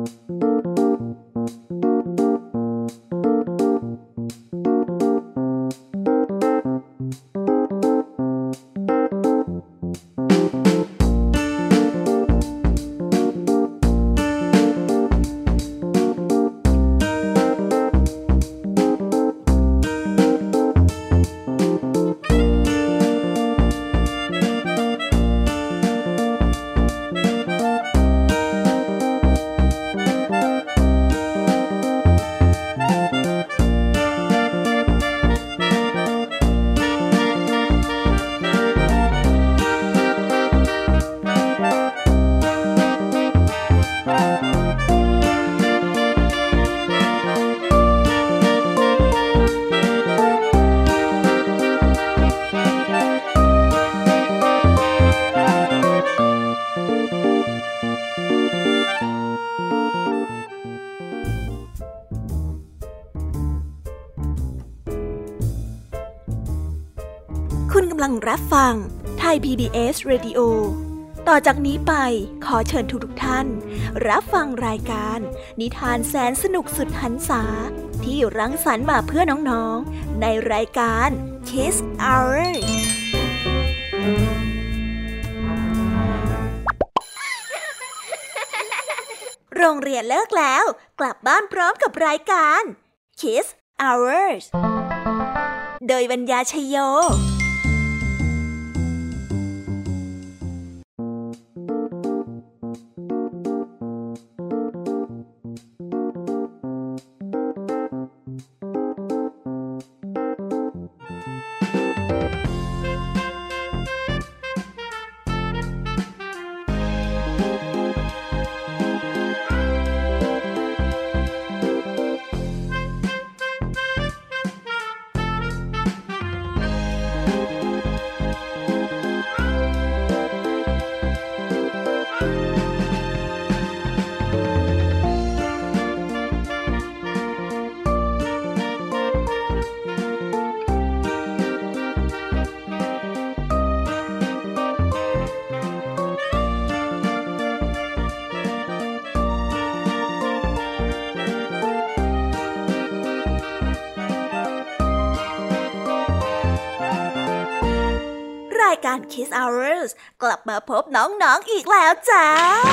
คุณกำลังรับฟังไทย PBS Radio ต่อจากนี้ไปขอเชิญทุกท่านรับฟังรายการนิทานแสนสนุกสุดหรรษาที่รังสรรค์มาเพื่อน้องๆในรายการ Kids Hourโรงเรียนเลิกแล้วกลับบ้านพร้อมกับรายการ Kids Hours โดยบรรยาชโยรายการ Kids Hours กลับมาพบน้องๆอีกแล้วจ้า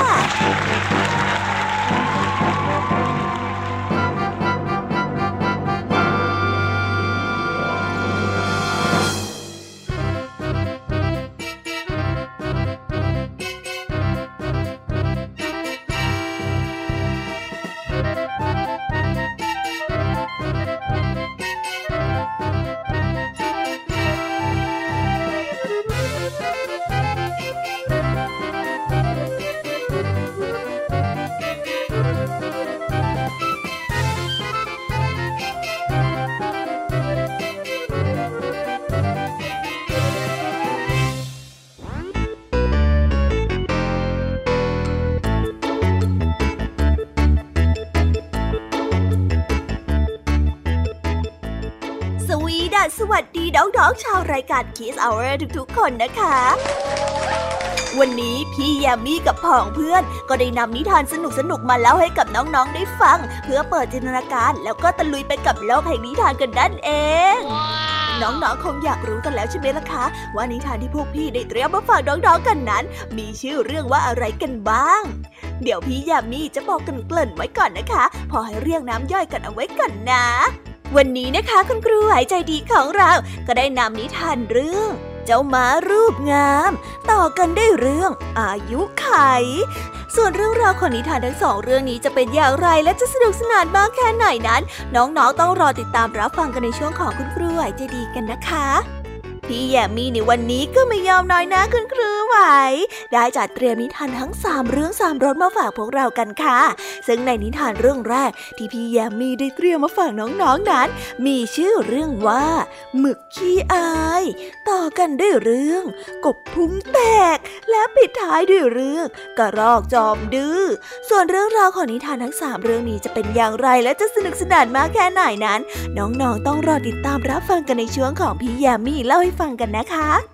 สวัสดีน้องๆชาวรายการ Kids Hour ทุกๆคนนะคะวันนี้พี่ยามีกับพ้องเพื่อนก็ได้นำนิทานสนุกๆมาเล่าให้กับน้องๆได้ฟังเพื่อเปิดจินตนาการแล้วก็ตะลุยไปกับโลกแห่งนิทานกันนั่นเอง น้องๆคงอยากรู้กันแล้วใช่ไหมล่ะคะว่านิทานที่พวกพี่ได้เตรียมมาฝากน้องๆกันนั้นมีชื่อเรื่องว่าอะไรกันบ้างเดี๋ยวพี่ยามีจะบอกกันเกริ่นไว้ก่อนนะคะพอให้เรียกน้ำย่อยกันเอาไว้ก่อนนะวันนี้นะคะคุณครูหายใจดีของเราก็ได้นำนิทานเรื่องเจ้าม้ารูปงามต่อกันได้เรื่องอายุไขส่วนเรื่องราวของนิทานทั้งสองเรื่องนี้จะเป็นอย่างไรและจะสนุกสนานมากแค่ไหนนั้นน้องๆต้องรอติดตามรับฟังกันในช่วงของคุณครูหายใจดีกันนะคะพี่แยมมี่ในวันนี้ก็ไม่ยอมน้อยหน้าคุณครูไหวได้จัดเตรียมนิทานทั้ง3เรื่อง3รสมาฝากพวกเรากันค่ะซึ่งในนิทานเรื่องแรกที่พี่แยมมี่ได้เตรียมมาฝากน้องๆนั้นมีชื่อเรื่องว่าหมึกขี้อายต่อกันด้วยเรื่องกบพุงแตกและปิดท้ายด้วยเรื่องกระรอกจอมดื้อส่วนเรื่องราวของนิทานทั้ง3เรื่องนี้จะเป็นอย่างไรและจะสนุกสนานมากแค่ไหนนั้นน้องๆต้องรอติดตามรับฟังกันในช่วงของพี่แยมมี่เล่าให้ฟังกันนะคะ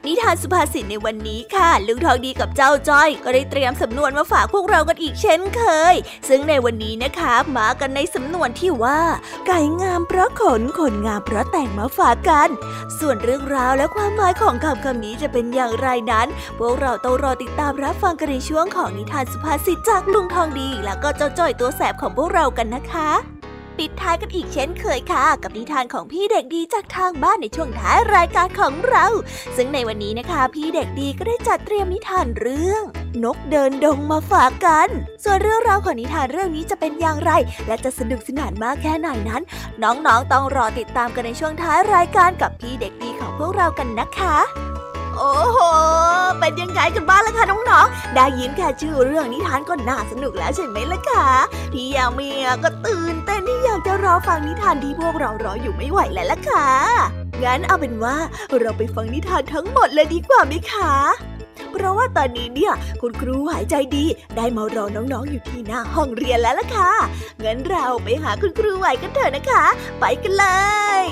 นิทานสุภาษิตในวันนี้ค่ะลุงทองดีกับเจ้าจ้อยก็ได้เตรียมสำนวนมาฝากพวกเรากันอีกเช่นเคยซึ่งในวันนี้นะคะมากันในสำนวนที่ว่าไก่งามเพราะขนคนงามเพราะแต่งมาฝากกันส่วนเรื่องราวและความหมายของคำนี้จะเป็นอย่างไรนั้นพวกเราต้องรอติดตามรับฟังกันในช่วงของนิทานสุภาษิตจากลุงทองดีแล้วก็เจ้าจ้อยตัวแสบของพวกเรากันนะคะปิดท้ายกันอีกเช่นเคยค่ะกับนิทานของพี่เด็กดีจากทางบ้านในช่วงท้ายรายการของเราซึ่งในวันนี้นะคะพี่เด็กดีก็ได้จัดเตรียมนิทานเรื่องนกเดินดงมาฝากกันส่วนเรื่องราวของนิทานเรื่องนี้จะเป็นอย่างไรและจะสนุกสนานมากแค่ไหนนั้นน้องๆต้องรอติดตามกันในช่วงท้ายรายการกับพี่เด็กดีของพวกเรากันนะคะโอ้โหเป็นยังไงกันบ้างล่ะคะน้องๆได้ยินแค่ชื่อเรื่องนิทานก็น่าสนุกแล้วใช่ไหมล่ะคะพี่ยามีก็ตื่นเต้นที่อยากจะรอฟังนิทานที่พวกเรารออยู่ไม่ไหวแล้วล่ะค่ะงั้นเอาเป็นว่าเราไปฟังนิทานทั้งหมดเลยดีกว่าไหมคะเพราะว่าตอนนี้เนี่ยคุณครูหายใจดีได้มารอน้องๆอยู่ที่หน้าห้องเรียนแล้วล่ะค่ะงั้นเราไปหาคุณครูไหวกันเถอะนะคะไปกันเลย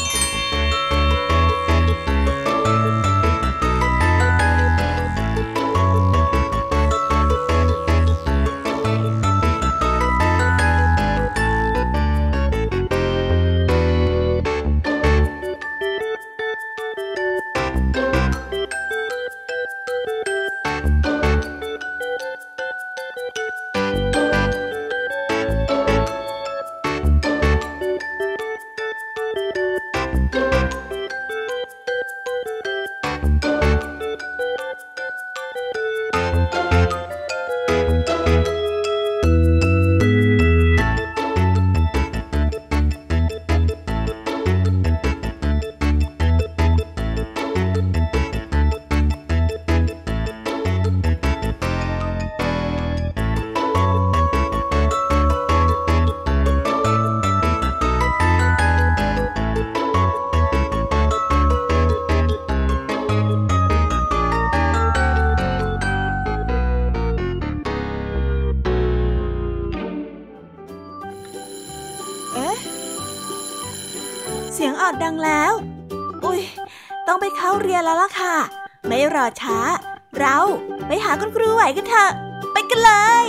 เสียงออดดังแล้วอุ๊ยต้องไปเข้าเรียนแล้วล่ะค่ะไม่รอช้าเราไปหาคุณครูไหวกันเถอะไปกันเลย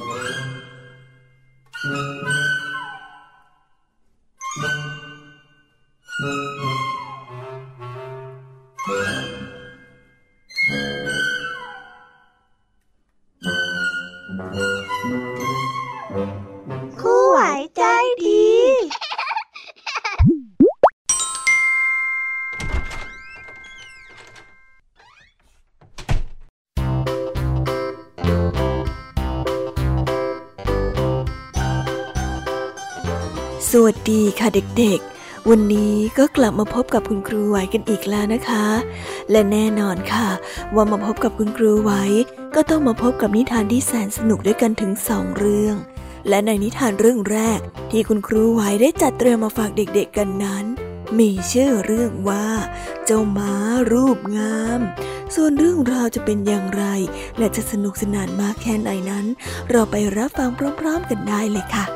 ครูไหวใจดีสวัสดีค่ะเด็กๆวันนี้ก็กลับมาพบกับคุณครูไหวกันอีกแล้วนะคะและแน่นอนค่ะว่ามาพบกับคุณครูไหวก็ต้องมาพบกับนิทานที่แสนสนุกด้วยกันถึง2เรื่องและในนิทานเรื่องแรกที่คุณครูไหวได้จัดเตรียมมาฝากเด็กๆกันนั้นมีชื่อเรื่องว่าเจ้าม้ารูปงามส่วนเรื่องราวจะเป็นอย่างไรและจะสนุกสนานมากแค่ไหนนั้นเราไปรับฟังพร้อมๆกันได้เลยค่ะ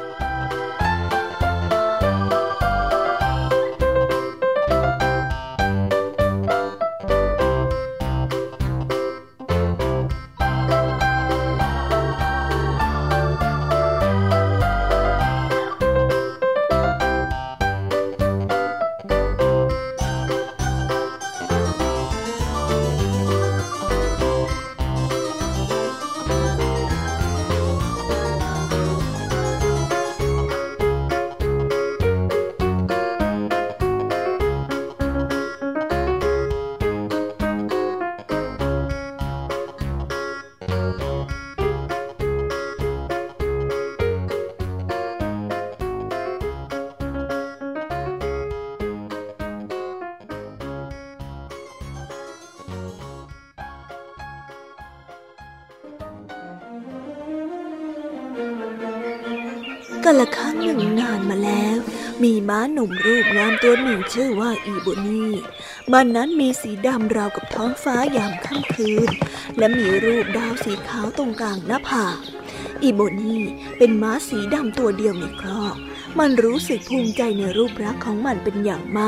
กาลครั้งหนึ่งนานมาแล้วมีม้าหนุ่มรูปงามตัวหนึ่งชื่อว่าอีโบนี่มันนั้นมีสีดำราวกับท้องฟ้ายามค่ำคืนและมีรูปดาวสีขาวตรงกลางหน้าผากอีโบนี่เป็นม้าสีดำตัวเดียวในครอกมันรู้สึกภูมิใจในรูปลักษณ์ของมันเป็นอย่างมาก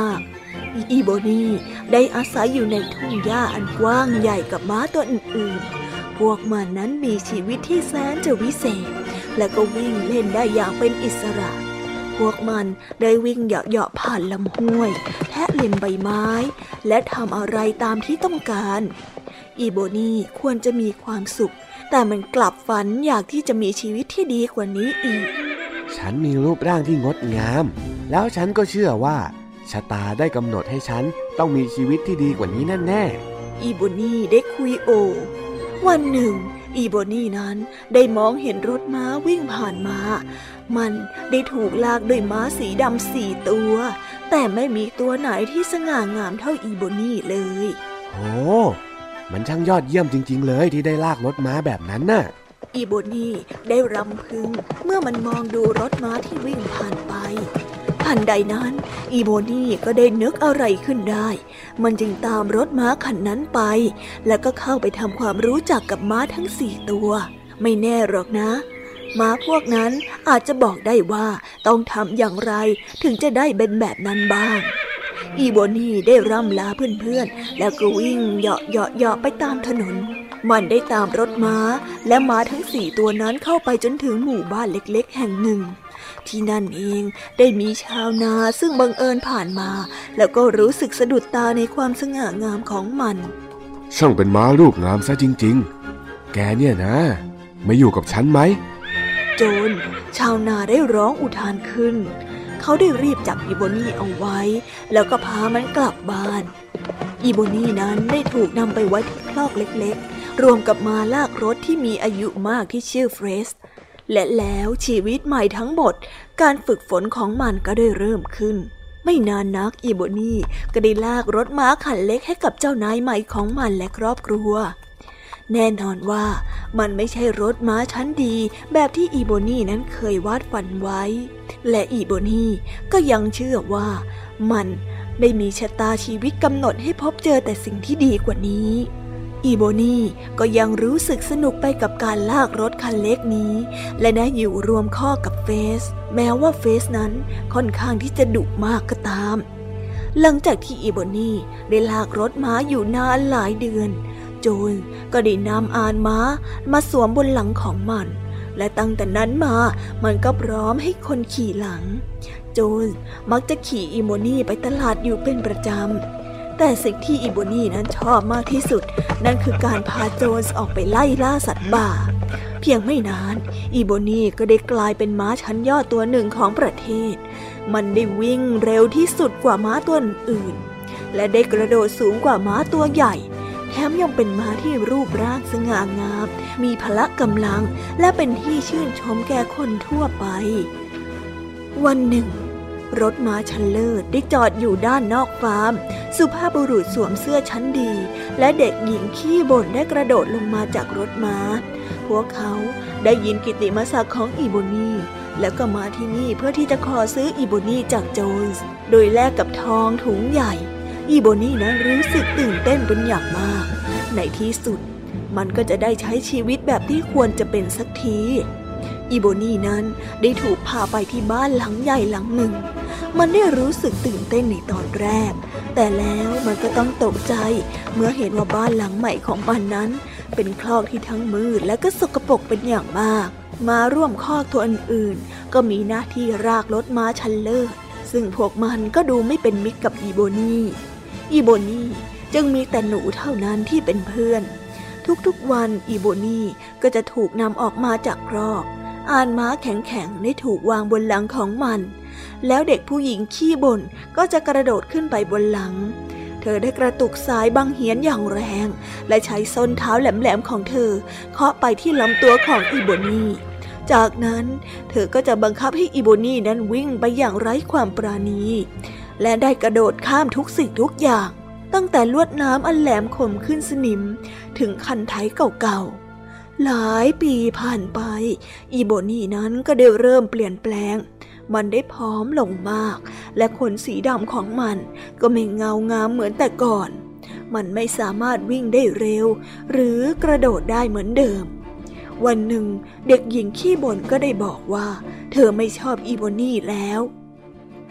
อีโบนี่ได้อาศัยอยู่ในทุ่งหญ้าอันกว้างใหญ่กับม้าตัวอื่นๆพวกมันนั้นมีชีวิตที่แสนจะวิเศษและก็วิ่งเล่นได้อย่างเป็นอิสระพวกมันได้วิ่งเหาะๆผ่านลำห้วยแทะเล็มใบไม้และทำอะไรตามที่ต้องการอีโบนี่ควรจะมีความสุขแต่มันกลับฝันอยากที่จะมีชีวิตที่ดีกว่านี้อีกฉันมีรูปร่างที่งดงามแล้วฉันก็เชื่อว่าชะตาได้กำหนดให้ฉันต้องมีชีวิตที่ดีกว่านี้แน่ๆอีโบนี่ได้คุยโอวันหนึ่งอีโบนี่นั้นได้มองเห็นรถม้าวิ่งผ่านมามันได้ถูกลากด้วยม้าสีดำ4 ตัวแต่ไม่มีตัวไหนที่สง่างามเท่าอีโบนี่เลยโอ้มันช่างยอดเยี่ยมจริงๆเลยที่ได้ลากรถม้าแบบนั้นน่ะอีโบนี่ได้รำพึงเมื่อมันมองดูรถม้าที่วิ่งผ่านไปทันใดนั้นอีโบนี่ก็ได้นึกอะไรขึ้นได้มันจึงตามรถม้าคันนั้นไปแล้วก็เข้าไปทำความรู้จักกับม้าทั้ง4 ตัวไม่แน่หรอกนะม้าพวกนั้นอาจจะบอกได้ว่าต้องทำอย่างไรถึงจะได้เป็นแบบนั้นบ้างอีโบนี่ได้ร่ำลาเพื่อนๆแล้วก็วิ่งเหาะไปตามถนนมันได้ตามรถม้าและม้าทั้ง4 ตัวนั้นเข้าไปจนถึงหมู่บ้านเล็กๆแห่งหนึ่งที่นั่นเองได้มีชาวนาซึ่งบังเอิญผ่านมาแล้วก็รู้สึกสะดุดตาในความสง่างามของมันช่างเป็นม้ารูปงามซะจริงๆแกเนี่ยนะมาอยู่กับฉันไหมโจรชาวนาได้ร้องอุทานขึ้นเขาได้รีบจับอีโบนี่เอาไว้แล้วก็พามันกลับบ้านอีโบนี่นั้นได้ถูกนำไปไว้ที่คอกเล็กๆรวมกับม้าลากรถที่มีอายุมากที่ชื่อเฟรสและแล้วชีวิตใหม่ทั้งหมดการฝึกฝนของมันก็ได้เริ่มขึ้นไม่นานนักอีโบนี่ก็ได้ลากรถม้าคันเล็กให้กับเจ้านายใหม่ของมันและครอบครัวแน่นอนว่ามันไม่ใช่รถม้าชั้นดีแบบที่อีโบนี่นั้นเคยวาดฝันไว้และอีโบนี่ก็ยังเชื่อว่ามันได้มีชะตาชีวิตกำหนดให้พบเจอแต่สิ่งที่ดีกว่านี้อีโบนี่ก็ยังรู้สึกสนุกไปกับการลากรถคันเล็กนี้และได้อยู่รวมข้อกับเฟสแม้ว่าเฟสนั้นค่อนข้างที่จะดุมากก็ตามหลังจากที่อีโบนี่ได้ลากรถม้าอยู่นานหลายเดือนโจรก็ได้นำอานม้ามาสวมบนหลังของมันและตั้งแต่นั้นมามันก็พร้อมให้คนขี่หลังโจรมักจะขี่อีโบนี่ไปตลาดอยู่เป็นประจำแต่สิ่งที่อีโบนี่นั้นชอบมากที่สุดนั่นคือการพาโจรออกไปไล่ล่าสัตว์ป่าเพียงไม่นานอีโบนี่ก็ได้กลายเป็นม้าชั้นยอดตัวหนึ่งของประเทศมันได้วิ่งเร็วที่สุดกว่าม้าตัวอื่นและได้กระโดดสูงกว่าม้าตัวใหญ่แถมยังเป็นม้าที่รูปร่างสง่างามมีพละกำลังและเป็นที่ชื่นชมแก่คนทั่วไปวันหนึ่งรถม้าชั้นเลิศได้จอดอยู่ด้านนอกฟาร์มสุภาพบุรุษสวมเสื้อชั้นดีและเด็กหญิงขี้บ่นได้กระโดดลงมาจากรถม้าพวกเขาได้ยินกิตติมศักดิ์ของอีโบนี่แล้วก็มาที่นี่เพื่อที่จะขอซื้ออีโบนี่จากโจรส์โดยแลกกับทองถุงใหญ่อีโบนี่นั้นรู้สึกตื่นเต้นเป็นอย่างมากในที่สุดมันก็จะได้ใช้ชีวิตแบบที่ควรจะเป็นสักทีอีโบนี่นั้นได้ถูกพาไปที่บ้านหลังใหญ่หลังหนึ่งมันได้รู้สึกตื่นเต้นในตอนแรกแต่แล้วมันก็ต้องตกใจเมื่อเห็นว่าบ้านหลังใหม่ของมันนั้นเป็นคอกที่ทั้งมืดและก็สกปรกเป็นอย่างมากมาร่วมคอกตัวอื่นๆก็มีหน้าที่รากรถม้าชั้นเลิศซึ่งพวกมันก็ดูไม่เป็นมิตรกับอีโบนี่จึงมีแต่หนูเท่านั้นที่เป็นเพื่อนทุกๆวันอีโบนี่ก็จะถูกนำออกมาจากคอกอานม้าแข็งๆได้ถูกวางบนหลังของมันแล้วเด็กผู้หญิงขี้บ่นก็จะกระโดดขึ้นไปบนหลังเธอได้กระตุกสายบังเหียนอย่างแรงและใช้ส้นเท้าแหลมๆของเธอเคาะไปที่ลำตัวของอีโบนี่จากนั้นเธอก็จะบังคับให้อีโบนี่นั้นวิ่งไปอย่างไร้ความปราณีและได้กระโดดข้ามทุกสิ่งทุกอย่างตั้งแต่ลวดน้ำอันแหลมคมขึ้นสนิมถึงคันไถเก่าๆหลายปีผ่านไปอีโบนี่นั้นก็ได้เริ่มเปลี่ยนแปลงมันได้ผอมลงมากและขนสีดำของมันก็ไม่เงางามเหมือนแต่ก่อนมันไม่สามารถวิ่งได้เร็วหรือกระโดดได้เหมือนเดิมวันหนึ่งเด็กหญิงขี้บ่นก็ได้บอกว่าเธอไม่ชอบอีโบนี่แล้ว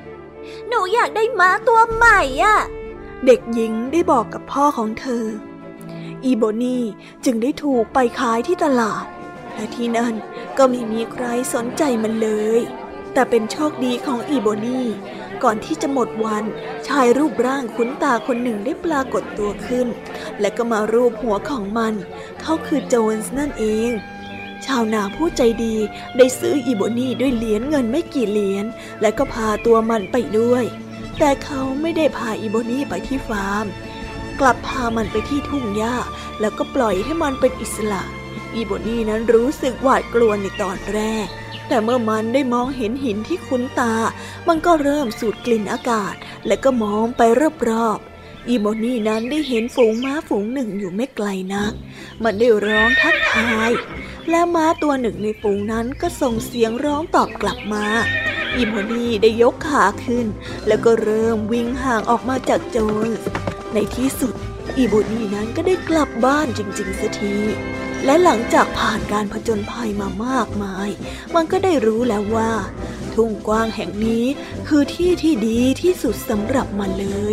หนูอยากได้ม้าตัวใหม่อ่ะเด็กหญิงได้บอกกับพ่อของเธออีโบนี่จึงได้ถูกไปขายที่ตลาดและที่นั่นก็ไม่มีใครสนใจมันเลยแต่เป็นโชคดีของอีโบนี่ก่อนที่จะหมดวันชายรูปร่างคุ้นตาคนหนึ่งได้ปรากฏตัวขึ้นและก็มารูปหัวของมันเขาคือโจนส์นั่นเองชาวนาผู้ใจดีได้ซื้ออีโบนี่ด้วยเหรียญเงินไม่กี่เหรียญและก็พาตัวมันไปด้วยแต่เขาไม่ได้พาอีโบนี่ไปที่ฟาร์มกลับพามันไปที่ทุ่งหญ้าแล้วก็ปล่อยให้มันเป็นอิสระอีโบนี่นั้นรู้สึกหวาดกลัวในตอนแรกแต่เมื่อมันได้มองเห็นหินที่คุ้นตามันก็เริ่มสูดกลิ่นอากาศและก็มองไปรอบๆอีโบนี่นั้นได้เห็นฝูงม้าฝูงหนึ่งอยู่ไม่ไกลนักมันได้ร้องทักทายและม้าตัวหนึ่งในฝูงนั้นก็ส่งเสียงร้องตอบกลับมาอีโบนี่ได้ยกขาขึ้นแล้วก็เริ่มวิ่งห่างออกมาจากโจรในที่สุดอีโบนี่นั้นก็ได้กลับบ้านจริงๆเสียทีและหลังจากผ่านการผจญภัยมามากมายมันก็ได้รู้แล้วว่าทุ่งกว้างแห่งนี้คือที่ที่ดีที่สุดสำหรับมันเลย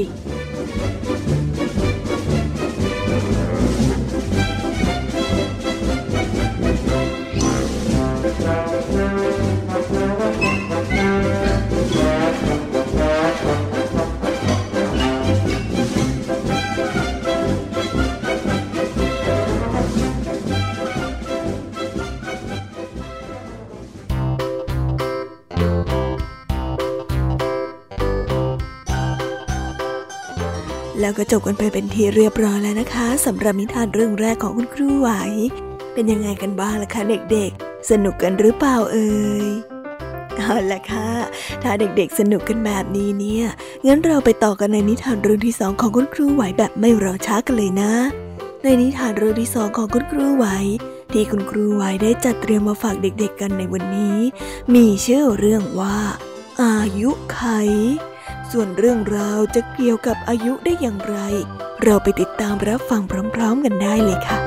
แล้วก็จบกันไปเป็นที่เรียบร้อยแล้วนะคะสำหรับนิทานเรื่องแรกของคุณครูไหวเป็นยังไงกันบ้างล่ะคะเด็กๆสนุกกันหรือเปล่าเอ่ยเอาล่ะค่ะถ้าเด็กๆสนุกกันแบบนี้เนี่ยงั้นเราไปต่อกันในนิทานเรื่องที่2ของคุณครูไหวแบบไม่รอช้ากันเลยนะในนิทานเรื่องที่2ของคุณครูไหวที่คุณครูไหวได้จัดเตรียมมาฝากเด็กๆกันในวันนี้มีชื่อเรื่องว่าอายุไขส่วนเรื่องราวจะเกี่ยวกับอายุได้อย่างไรเราไปติดตามรับฟังพร้อมๆกันได้เลยค่ะ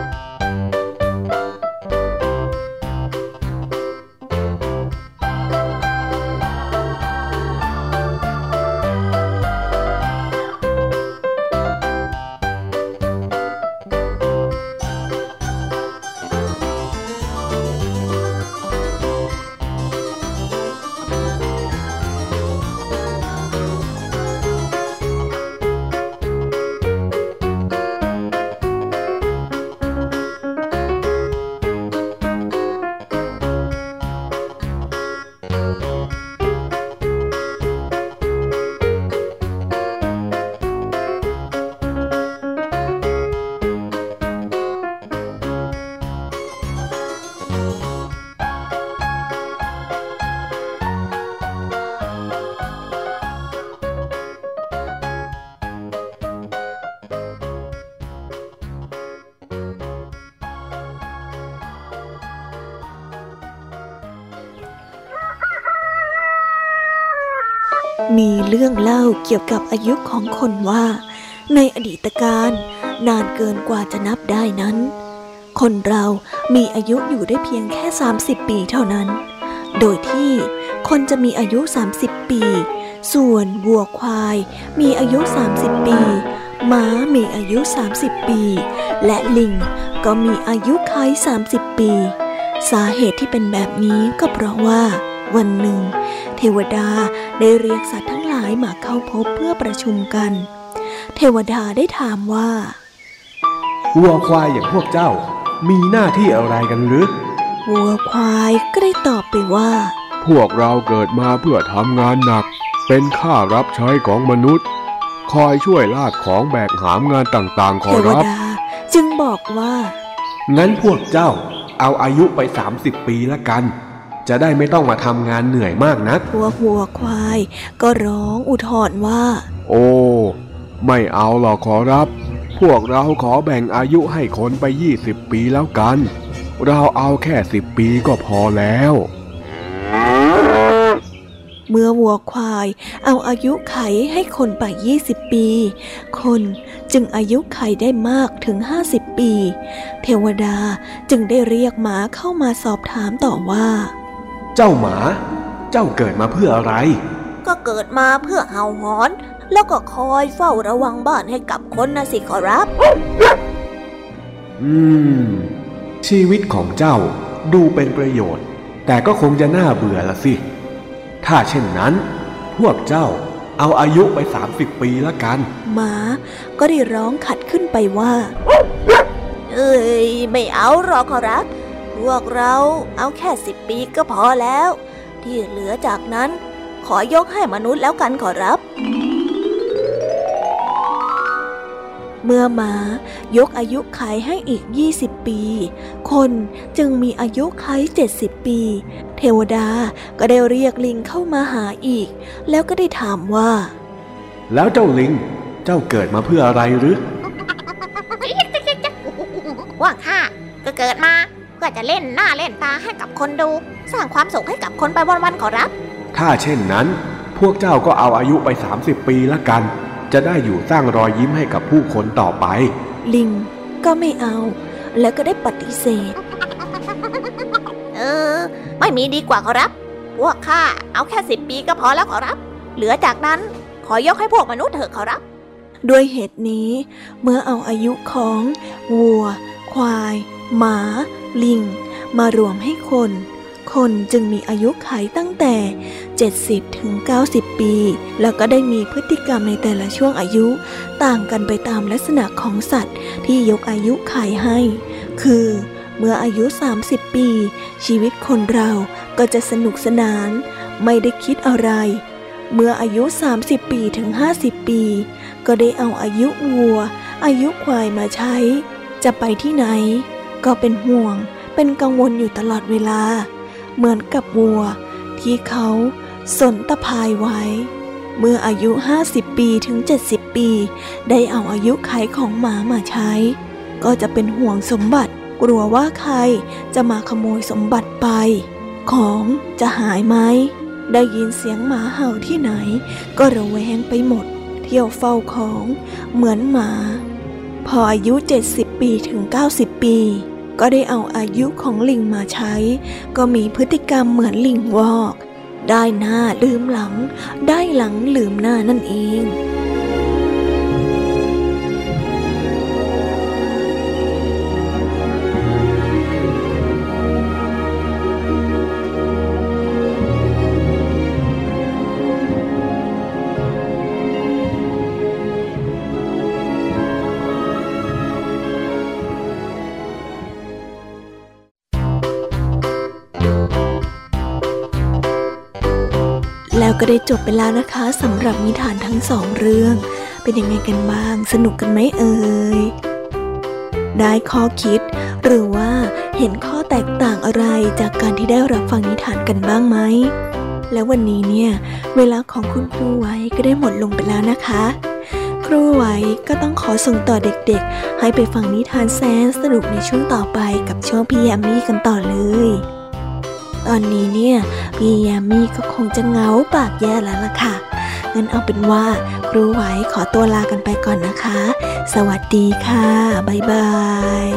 มีเรื่องเล่าเกี่ยวกับอายุของคนว่าในอดีตการนานเกินกว่าจะนับได้นั้นคนเรามีอายุอยู่ได้เพียงแค่30 ปีเท่านั้นโดยที่คนจะมีอายุ30 ปีส่วนวัวควายมีอายุ30 ปีม้ามีอายุ30 ปีและลิงก็มีอายุขัย30 ปีสาเหตุที่เป็นแบบนี้ก็เพราะว่าวันหนึ่งเทวดาได้เรียกสัตว์ทั้งหลายมาเข้าพบเพื่อประชุมกันเทวดาได้ถามว่าวัวควายอย่างพวกเจ้ามีหน้าที่อะไรกันหรือวัวควายก็ได้ตอบไปว่าพวกเราเกิดมาเพื่อทำงานหนักเป็นข้ารับใช้ของมนุษย์คอยช่วยลากของแบกหามงานต่างๆขอรับเทวดาจึงบอกว่างั้นพวกเจ้าเอาอายุไป30 ปีละกันจะได้ไม่ต้องมาทำงานเหนื่อยมากนักพวกวัวควายก็ร้องอุทธรว่าโอ้ไม่เอาหรอกขอรับพวกเราขอแบ่งอายุให้คนไป20 ปีแล้วกันเราเอาแค่10 ปีก็พอแล้วเมื่อวัวควายเอาอายุไขให้คนไป20 ปีคนจึงอายุไขได้มากถึง50 ปีเทวดาจึงได้เรียกหมาเข้ามาสอบถามต่อว่าเจ้าหมาเจ้าเกิดมาเพื่ออะไรกก็เกิดมาเพื่อเห่าหอนแล้วก็คอยเฝ้าระวังบ้านให้กับคนนะสิขอรับชีวิตของเจ้าดูเป็นประโยชน์แต่ก็คงจะน่าเบื่อละสิถ้าเช่นนั้นพวกเจ้าเอาอายุไป30 ปีละกันหมาก็ได้ร้องขัดขึ้นไปว่าไม่เอาหรอกขอรับพวกเราเอาแค่10 ปีก็พอแล้วที่เหลือจากนั้นขอยกให้มนุษย์แล้วกันขอรับเมื่อหมายกอายุขัยให้อีก20 ปีคนจึงมีอายุขัย70 ปีเทวดาก็ได้เรียกลิงเข้ามาหาอีกแล้วก็ได้ถามว่าแล้วเจ้าลิงเจ้าเกิดมาเพื่ออะไรหรือว่าข้าก็เกิดมาเพื่อจะเล่นหน้าเล่นตาให้กับคนดูสร้างความสุขให้กับคนไปวันๆขอรับถ้าเช่นนั้นพวกเจ้าก็เอาอายุไป30 ปีละกันจะได้อยู่สร้างรอยยิ้มให้กับผู้คนต่อไปลิงก็ไม่เอาแล้วก็ได้ปฏิเสธไม่มีดีกว่าขอรับพวกข้าเอาแค่10 ปีก็พอแล้วขอรับเหลือจากนั้นขอยกให้พวกมนุษย์เถอะขอรับด้วยเหตุนี้เมื่อเอาอายุของวัวควายหมาลิงมารวมให้คนจึงมีอายุขัยตั้งแต่70 ถึง 90 ปีแล้วก็ได้มีพฤติกรรมในแต่ละช่วงอายุต่างกันไปตามลักษณะของสัตว์ที่ยกอายุขัยให้คือเมื่ออายุ30 ปีชีวิตคนเราก็จะสนุกสนานไม่ได้คิดอะไรเมื่ออายุ30 ปีถึง50 ปีก็ได้เอาอายุวัวอายุควายมาใช้จะไปที่ไหนก็เป็นห่วงเป็นกังวลอยู่ตลอดเวลาเหมือนกับวัวที่เขาสนตะพายไว้เมื่ออายุ50 ปีถึง70 ปีได้เอาอายุขัยของหมามาใช้ก็จะเป็นห่วงสมบัติกลัวว่าใครจะมาขโมยสมบัติไปของจะหายไหมได้ยินเสียงหมาเห่าที่ไหนก็ระแวงไปหมดเที่ยวเฝ้าของเหมือนหมาพออายุ70 ปีถึง90 ปีก็ได้เอาอายุของลิงมาใช้ก็มีพฤติกรรมเหมือนลิงวอกได้หน้าลืมหลังได้หลังลืมหน้านั่นเองแล้วก็ได้จบไปแล้วนะคะสำหรับนิทานทั้ง2 เรื่องเป็นยังไงกันบ้างสนุกกันไหมเอ่ยได้ข้อคิดหรือว่าเห็นข้อแตกต่างอะไรจากการที่ได้รับฟังนิทานกันบ้างไหมแล้ววันนี้เนี่ยเวลาของคุณครูไว้ก็ได้หมดลงไปแล้วนะคะครูไว้ก็ต้องขอส่งต่อเด็กๆให้ไปฟังนิทานแสนสนุกในช่วงต่อไปกับช่วงพี่แยมมี่กันต่อเลยตอนนี้เนี่ยพี่แยมมี่ก็คงจะเหงาปากแย่แล้วล่ะค่ะงั้นเอาเป็นว่าครูไหวขอตัวลากันไปก่อนนะคะสวัสดีค่ะบ๊ายบาย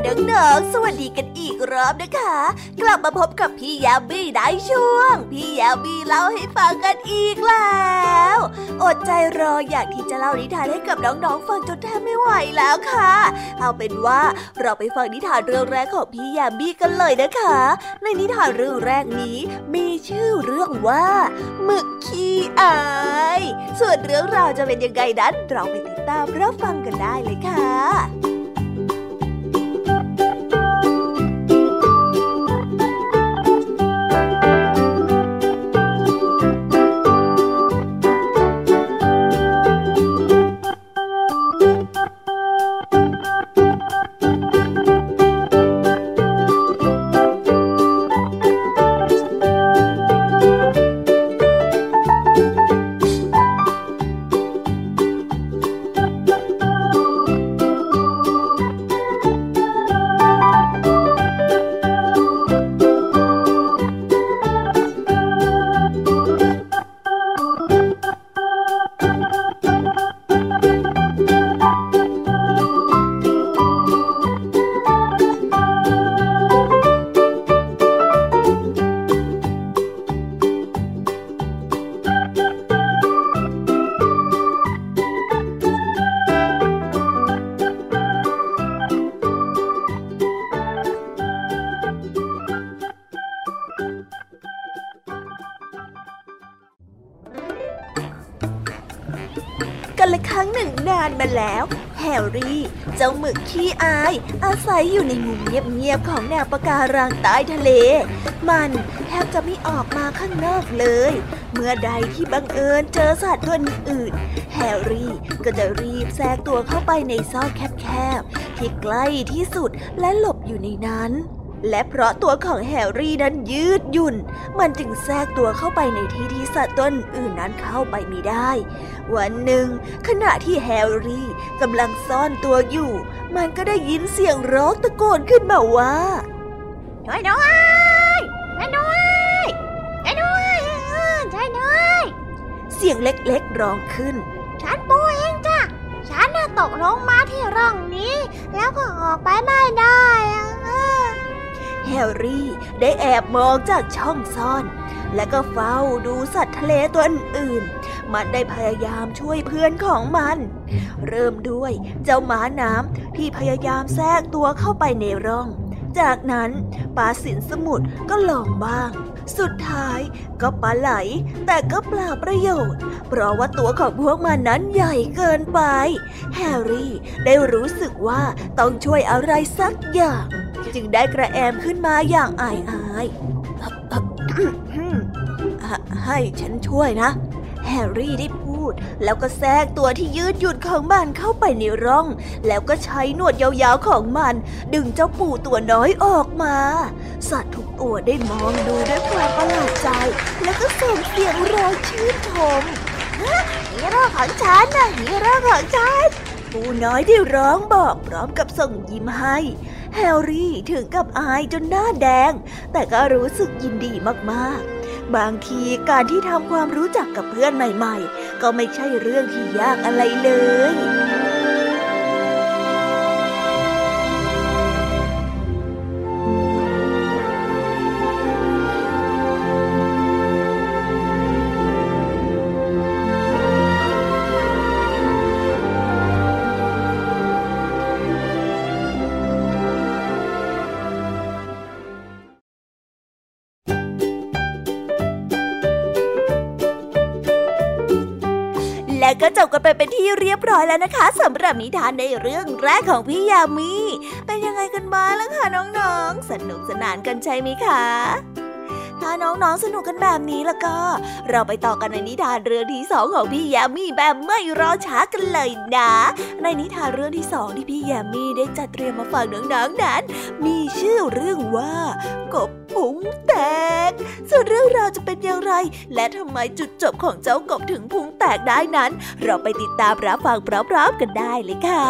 น้องๆสวัสดีกันอีกรอบนะคะกลับมาพบกับพี่ยามีได้ช่วงพี่ยามีเล่าให้ฟังกันอีกแล้วอดใจรออยากที่จะเล่านิทานให้กับน้องๆฟังจนแทบไม่ไหวแล้วค่ะเอาเป็นว่าเราไปฟังนิทานเรื่องแรกของพี่ยามีกันเลยนะคะในนิทานเรื่องแรกนี้มีชื่อเรื่องว่าหมึกขี้อายส่วนเรื่องราวจะเป็นยังไงนั้นเราไปติดตามรับฟังกันได้เลยค่ะกันละครั้งหนึ่งนานมาแล้วแฮร์รี่เจ้าหมึกขี้อายอาศัยอยู่ในมุมเงียบๆของแนวปะการังใต้ทะเลมันแทบจะไม่ออกมาข้างนอกเลยเมื่อใดที่บังเอิญเจอสัตว์ตัวอื่นแฮร์รี่ก็จะรีบแทรกตัวเข้าไปในซอกแคบๆที่ใกล้ที่สุดและหลบอยู่ในนั้นและเพราะตัวของแฮร์รี่นั้นยืดหยุ่นมันจึงแทรกตัวเข้าไปในที่ที่สัตว์ตัวอื่นนั้นเข้าไปไม่ได้วันหนึ่งขณะที่แฮร์รี่กำลังซ่อนตัวอยู่มันก็ได้ยินเสียงร้องตะโกนขึ้นมาว่าช่วยด้วยช่วยด้วยช่วยด้วยช่วยด้วยเสียงเล็กๆร้องขึ้นฉันปูเองจ้ะฉันน่ะตกลงมาที่ร่องนี้แล้วก็ออกไปไม่ได้แฮร์รี่ได้แอบมองจากช่องซ่อนและก็เฝ้าดูสัตว์ทะเลตัวอื่นๆมันได้พยายามช่วยเพื่อนของมันเริ่มด้วยเจ้าม้าน้ำที่พยายามแทรกตัวเข้าไปในร่องจากนั้นปลาสินสมุทรก็ลองบ้างสุดท้ายก็ปลาไหลแต่ก็เปล่าประโยชน์เพราะว่าตัวของพวกมันนั้นใหญ่เกินไปแฮร์รี่ได้รู้สึกว่าต้องช่วยอะไรสักอย่างจึงได้กระแอมขึ้นมาอย่างอายๆ ให้ฉันช่วยนะแฮร์รี่ได้พูดแล้วก็แทรกตัวที่ยืดหยุ่นของมันเข้าไปในร่องแล้วก็ใช้หนวดยาวๆของมันดึงเจ้าปูตัวน้อยออกมาสัตว์ทุกตัวได้มองดูด้วยความประหลาดใจแล้วก็ส่งเสียงร้องชื่นชมฮีโร่ของฉันนะฮีโร่ของฉันปูน้อยได้ร้องบอกพร้อมกับส่งยิ้มให้แฮร์รี่ถึงกับอายจนหน้าแดงแต่ก็รู้สึกยินดีมากๆบางทีการที่ทำความรู้จักกับเพื่อนใหม่ๆก็ไม่ใช่เรื่องที่ยากอะไรเลยและก็จบกันไปเป็นที่เรียบร้อยแล้วนะคะสำหรับนิทานในเรื่องแรกของพี่ยามีเป็นยังไงกันบ้างล่ะคะน้องๆสนุกสนานกันใช่ไหมคะถ้าน้องๆสนุกกันแบบนี้แล้วก็เราไปต่อกันในนิทานเรื่องที่2ของพี่ยามีแบบไม่รอช้ากันเลยนะในนิทานเรื่องที่2ที่พี่ยามีได้จัดเตรียมมาฝากน้องๆนั้นมีชื่อเรื่องว่ากบพุงแตกส่วนเรื่องราวจะเป็นอย่างไรและทำไมจุดจบของเจ้ากบถึงพุงแตกได้นั้นเราไปติดตามรับฟังพร้อมๆกันได้เลยค่ะ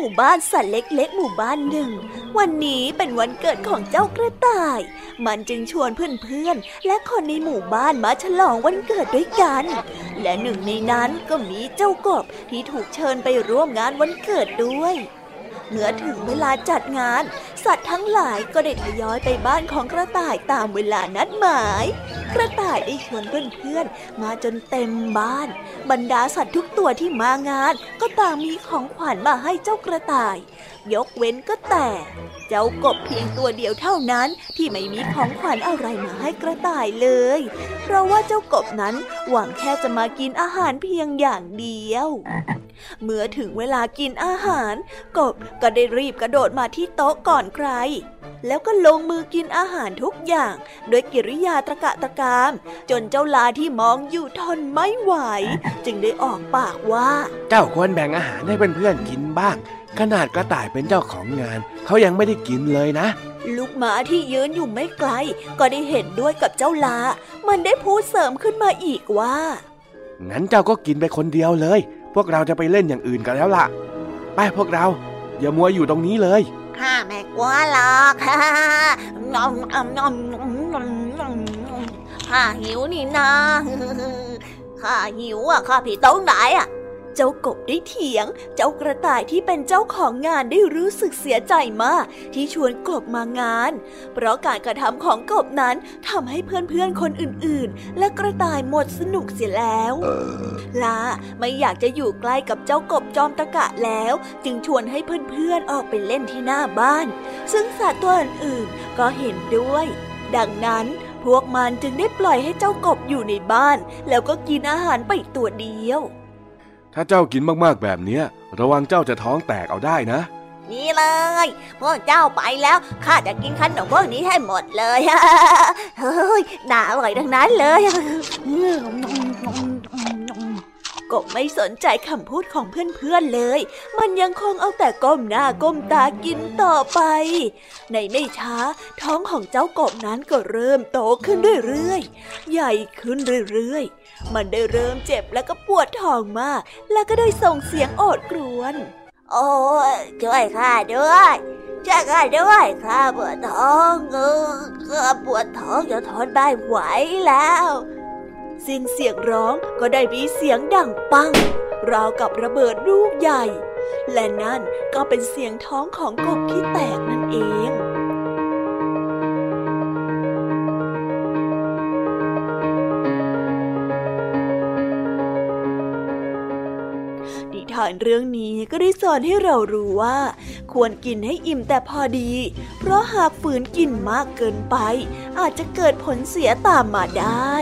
มู่บ้านสัตว์เล็กๆหมู่บ้านหนึ่งวันนี้เป็นวันเกิดของเจ้ากระต่ายมันจึงชวนเพื่อนๆและคนในหมู่บ้านมาฉลองวันเกิดด้วยกันและหนึ่งในนั้นก็มีเจ้ากบที่ถูกเชิญไปร่วมงานวันเกิดด้วยเมื่อถึงเวลาจัดงานสัตว์ทั้งหลายก็ได้ทยอยไปบ้านของกระต่ายตามเวลานัดหมายกระต่ายได้ชวนเพื่อนๆมาจนเต็มบ้านบรรดาสัตว์ทุกตัวที่มางานก็ต่างมีของขวัญมาให้เจ้ากระต่ายยกเว้นก็แต่เจ้ากบเพียงตัวเดียวเท่านั้นที่ไม่มีของขวัญอะไรมาให้กระต่ายเลยเพราะว่าเจ้ากบนั้นหวังแค่จะมากินอาหารเพียงอย่างเดียวเมื่อถึงเวลากินอาหารกบก็ได้รีบกระโดดมาที่โต๊ะก่อนใครแล้วก็ลงมือกินอาหารทุกอย่างด้วยกิริยาตะกะตะกามจนเจ้าลาที่มองอยู่ทนไม่ไหวจึงได้ออกปากว่าเจ้าควรแบ่งอาหารให้เพื่อนๆกินบ้างขนาดกระต่ายเป็นเจ้าของงานเขายังไม่ได้กินเลยนะลูกหมาที่ยืนอยู่ไม่ไกลก็ได้เห็นด้วยกับเจ้าลามันได้พูดเสริมขึ้นมาอีกว่างั้นเจ้าก็กินไปคนเดียวเลยพวกเราจะไปเล่นอย่างอื่นกันแล้วล่ะไปพวกเราอย่ามัวอยู่ตรงนี้เลยข้าไม่กลัวหรอกข้าหิวนี่นะข้าหิวอ่ะข้าผิดตรงไหนอ่ะเจ้ากบได้เถียงเจ้ากระต่ายที่เป็นเจ้าของงานได้รู้สึกเสียใจมากที่ชวนกบมางานเพราะการกระทำของกบนั้นทำให้เพื่อนๆคนอื่นๆและกระต่ายหมดสนุกเสียแล้วลาไม่อยากจะอยู่ใกล้กับเจ้ากบจอมตะกะแล้วจึงชวนให้เพื่อนๆออกไปเล่นที่หน้าบ้านซึ่งสัตว์ตัวอื่นๆก็เห็นด้วยดังนั้นพวกมันจึงได้ปล่อยให้เจ้ากบอยู่ในบ้านแล้วก็กินอาหารไปตัวเดียวถ้าเจ้ากินมากๆแบบนี้ระวังเจ้าจะท้องแตกเอาได้นะนี่เลยพวกเจ้าไปแล้วข้าจะกินขนมพวกนี้ให้หมดเลยเฮ้ยน่าอร่อยทั้งนั้นเลยกบไม่สนใจคำพูดของเพื่อนๆเลยมันยังคงเอาแต่ก้มหน้าก้มตากินต่อไปในไม่ช้าท้องของเจ้ากบนั้นก็เริ่มโตขึ้นเรื่อยๆใหญ่ขึ้นเรื่อยๆมันได้เริ่มเจ็บและก็ปวดท้องมากแล้วก็ได้ส่งเสียงโอดครวญโอ้ยช่วยข้าด้วยช่วยข้าด้วยข้าปวดท้องข้าปวดท้องจะทนไม่ไหวแล้วสิ้นเสียงร้องก็ได้มีเสียงดังปังราวกับระเบิดลูกใหญ่และนั่นก็เป็นเสียงท้องของกบที่แตกนั่นเองนิทานเรื่องนี้ก็ได้สอนให้เรารู้ว่าควรกินให้อิ่มแต่พอดีเพราะหากฝืนกินมากเกินไปอาจจะเกิดผลเสียตามมาได้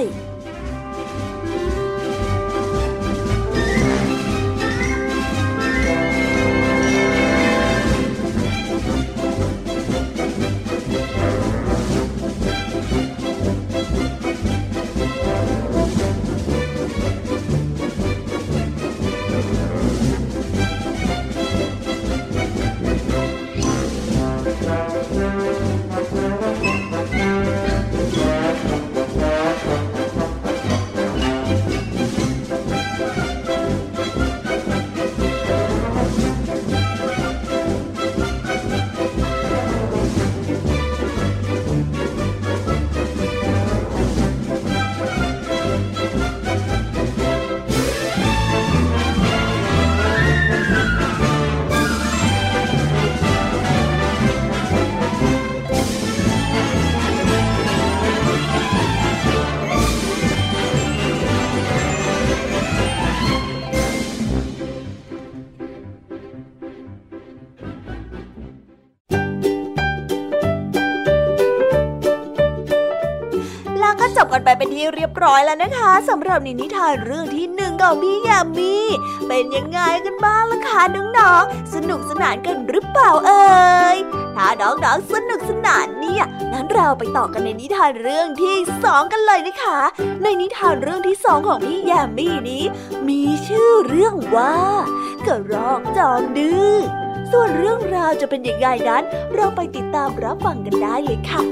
จบกันไปเป็นที่เรียบร้อยแล้วนะคะสำหรับนิทานเรื่องที่1ของพี่ยามีเป็นยังไงกันบ้างล่ะคะน้องๆสนุกสนานกันหรือเปล่าเอ่ยถ้าน้องๆสนุกสนานเนี่ยงั้นเราไปต่อกันในนิทานเรื่องที่2กันเลยนะคะในนิทานเรื่องที่2ของพี่ยามีนี้มีชื่อเรื่องว่ากระรอกจอมดื้อส่วนเรื่องราวจะเป็นยังไงนั้นเราไปติดตามรับฟังกันได้เลยค่ะ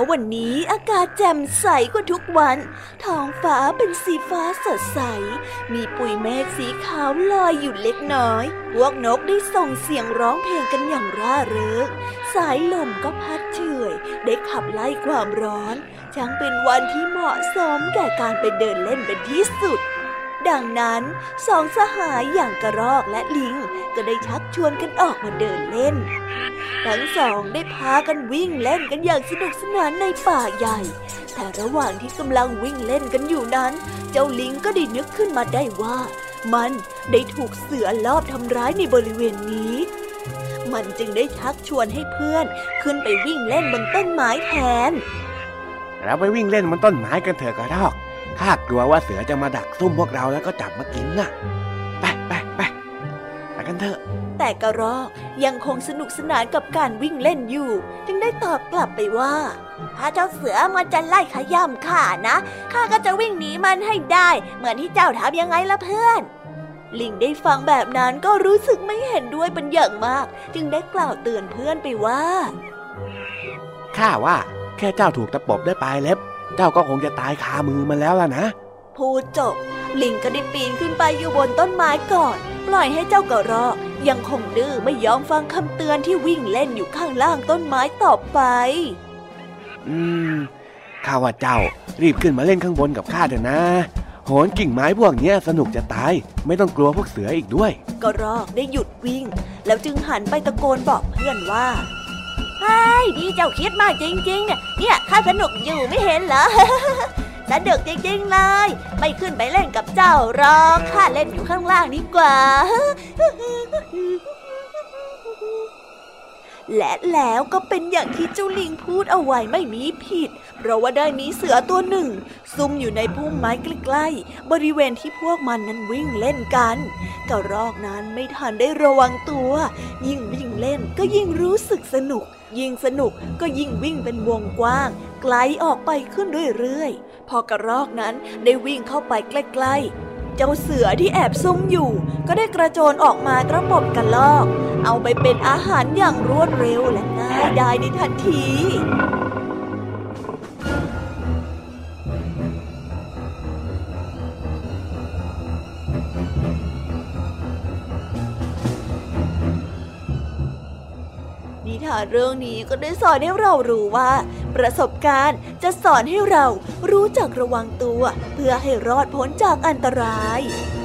วันนี้อากาศแจ่มใสกว่าทุกวันท้องฟ้าเป็นสีฟ้าสดใสมีปุยเมฆสีขาวลอยอยู่เล็กน้อยพวกนกได้ส่งเสียงร้องเพลงกันอย่างร่าเริงสายลมก็พัดเฉยได้ขับไล่ความร้อนช่างเป็นวันที่เหมาะสมแก่การไปเดินเล่นเป็นที่สุดดังนั้นสองสหายอย่างกระรอกและลิงก็ได้ชักชวนกันออกมาเดินเล่นทั้งสองได้พากันวิ่งเล่นกันอย่างสนุกสนานในป่าใหญ่แต่ระหว่างที่กำลังวิ่งเล่นกันอยู่นั้นเจ้าลิงก็ได้นึกขึ้นมาได้ว่ามันได้ถูกเสือลอบทำร้ายในบริเวณนี้มันจึงได้ชักชวนให้เพื่อนขึ้นไปวิ่งเล่นบนต้นไม้แทนเราไปวิ่งเล่นบนต้นไม้กันเถอะกระรอกข้ากลัวว่าเสือจะมาดักซุ่มพวกเราแล้วก็จับมากินน่ะไปกันเถอะแต่กระรอกยังคงสนุกสนานกับการวิ่งเล่นอยู่จึงได้ตอบกลับไปว่าถ้าเจ้าเสือมันจะไล่ขย้ำข้านะข้าก็จะวิ่งหนีมันให้ได้เหมือนที่เจ้าทำยังไงล่ะเพื่อนลิงได้ฟังแบบนั้นก็รู้สึกไม่เห็นด้วยเป็นอย่างมากจึงได้กล่าวเตือนเพื่อนไปว่าข้าว่าแค่เจ้าถูกตะปบด้วยปลายเล็บเจ้าก็คงจะตายคามือมันแล้วล่ะนะพูดจบลิงก็ได้ปีนขึ้นไปอยู่บนต้นไม้ก่อนปล่อยให้เจ้ากระรอกยังคงดื้อไม่ยอมฟังคำเตือนที่วิ่งเล่นอยู่ข้างล่างต้นไม้ต่อไปข้าว่าเจ้ารีบขึ้นมาเล่นข้างบนกับข้าเถอะนะโหนกิ่งไม้พวกนี้สนุกจะตายไม่ต้องกลัวพวกเสืออีกด้วยกระรอกได้หยุดวิ่งแล้วจึงหันไปตะโกนบอกเพื่อนว่าเฮ้ยนี่เจ้าคิดมากจริงๆเนี่ยข้าสนุกอยู่ไม่เห็นเหรอ สนุกจริงๆเลยไม่ขึ้นไปเล่นกับเจ้าหรอกข้าเล่นอยู่ข้างล่างดีกว่า และแล้วก็เป็นอย่างที่เจ้าลิงพูดเอาไว้ไม่มีผิดเพราะว่าได้มีเสือตัวหนึ่งซุ่มอยู่ในพุ่มไม้ใกล้ๆบริเวณที่พวกมันนั้นวิ่งเล่นกันกระรอกนั้นไม่ทันได้ระวังตัวยิ่งวิ่งเล่นก็ยิ่งรู้สึกสนุกยิ่งสนุกก็ยิ่งวิ่งเป็นวงกว้างไกลออกไปขึ้นเรื่อยๆพอกระรอกนั้นได้วิ่งเข้าไปใกล้ๆเจ้าเสือที่แอบซุ่มอยู่ก็ได้กระโจนออกมากระปบกระรอกเอาไปเป็นอาหารอย่างรวดเร็วและง่ายดายในทันทีนิทานเรื่องนี้ก็ได้สอนให้เรารู้ว่าประสบการณ์จะสอนให้เรารู้จักระวังตัวเพื่อให้รอดพ้นจากอันตราย